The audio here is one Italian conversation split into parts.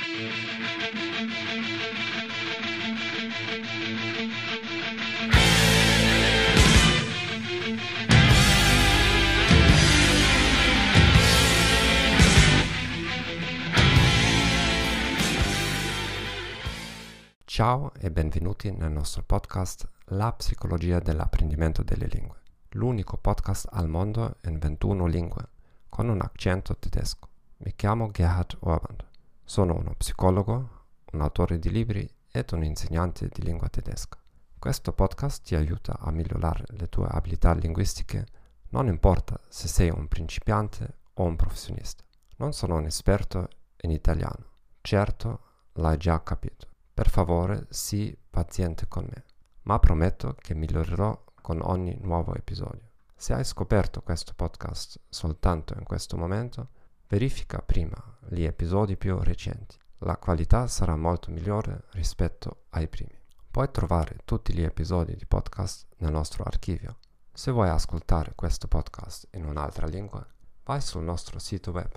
Ciao e benvenuti nel nostro podcast La psicologia dell'apprendimento delle lingue, l'unico podcast al mondo in 21 lingue, con un accento tedesco. Mi chiamo Gerhard Orband, sono uno psicologo, un autore di libri ed un insegnante di lingua tedesca. Questo podcast ti aiuta a migliorare le tue abilità linguistiche, non importa se sei un principiante o un professionista. Non sono un esperto in italiano, certo l'hai già capito. Per favore, sii paziente con me, ma prometto che migliorerò con ogni nuovo episodio. Se hai scoperto questo podcast soltanto in questo momento, verifica prima gli episodi più recenti. La qualità sarà molto migliore rispetto ai primi. Puoi trovare tutti gli episodi di podcast nel nostro archivio. Se vuoi ascoltare questo podcast in un'altra lingua, vai sul nostro sito web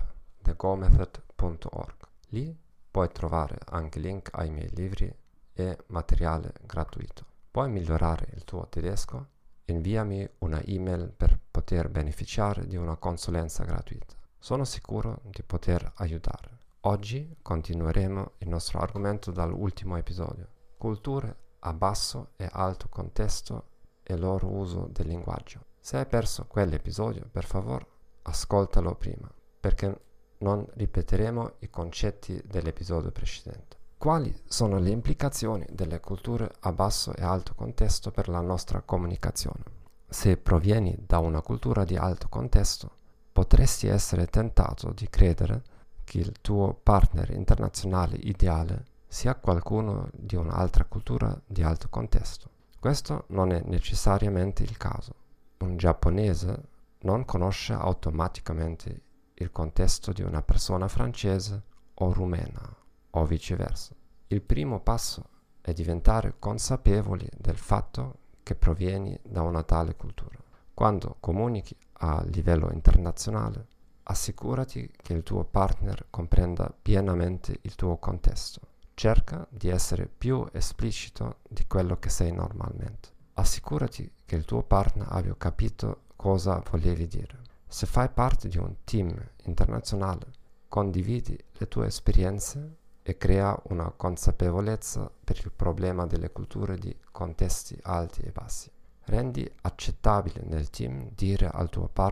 thegomethod.org. Lì puoi trovare anche link ai miei libri e materiale gratuito. Puoi migliorare il tuo tedesco? Inviami una email per poter beneficiare di una consulenza gratuita. Sono sicuro di poter aiutare. Oggi continueremo il nostro argomento dall'ultimo episodio: culture a basso e alto contesto e loro uso del linguaggio. Se hai perso quell'episodio, per favore, ascoltalo prima, perché non ripeteremo i concetti dell'episodio precedente. Quali sono le implicazioni delle culture a basso e alto contesto per la nostra comunicazione? Se provieni da una cultura di alto contesto, potresti essere tentato di credere che il tuo partner internazionale ideale sia qualcuno di un'altra cultura di alto contesto. Questo non è necessariamente il caso. Un giapponese non conosce automaticamente il contesto di una persona francese o rumena o viceversa. Il primo passo è diventare consapevoli del fatto che provieni da una tale cultura. Quando comunichi a livello internazionale, assicurati che il tuo partner comprenda pienamente il tuo contesto. Cerca di essere più esplicito di quello che sei normalmente. Assicurati che il tuo partner abbia capito cosa volevi dire. Se fai parte di un team internazionale, condividi le tue esperienze e crea una consapevolezza per il problema delle culture di contesti alti e bassi. Rendi accettabile nel team dire ai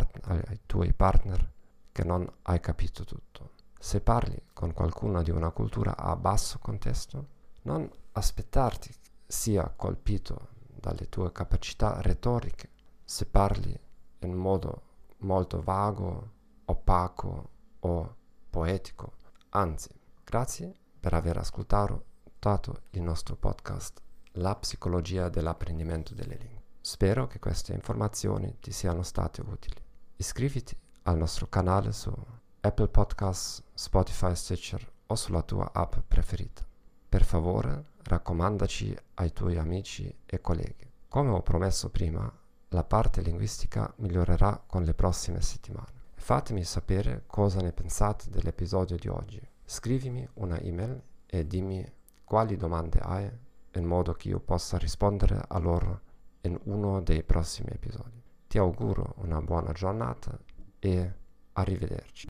tuoi partner che non hai capito tutto. Se parli con qualcuno di una cultura a basso contesto, non aspettarti sia colpito dalle tue capacità retoriche. Se parli in modo molto vago, opaco o poetico. Anzi, grazie per aver ascoltato il nostro podcast La psicologia dell'apprendimento delle lingue. Spero che queste informazioni ti siano state utili. Iscriviti al nostro canale su Apple Podcasts, Spotify, Stitcher o sulla tua app preferita. Per favore, raccomandaci ai tuoi amici e colleghi. Come ho promesso prima, la parte linguistica migliorerà con le prossime settimane. Fatemi sapere cosa ne pensate dell'episodio di oggi. Scrivimi una email e dimmi quali domande hai, in modo che io possa rispondere a loro in uno dei prossimi episodi. Ti auguro una buona giornata e arrivederci.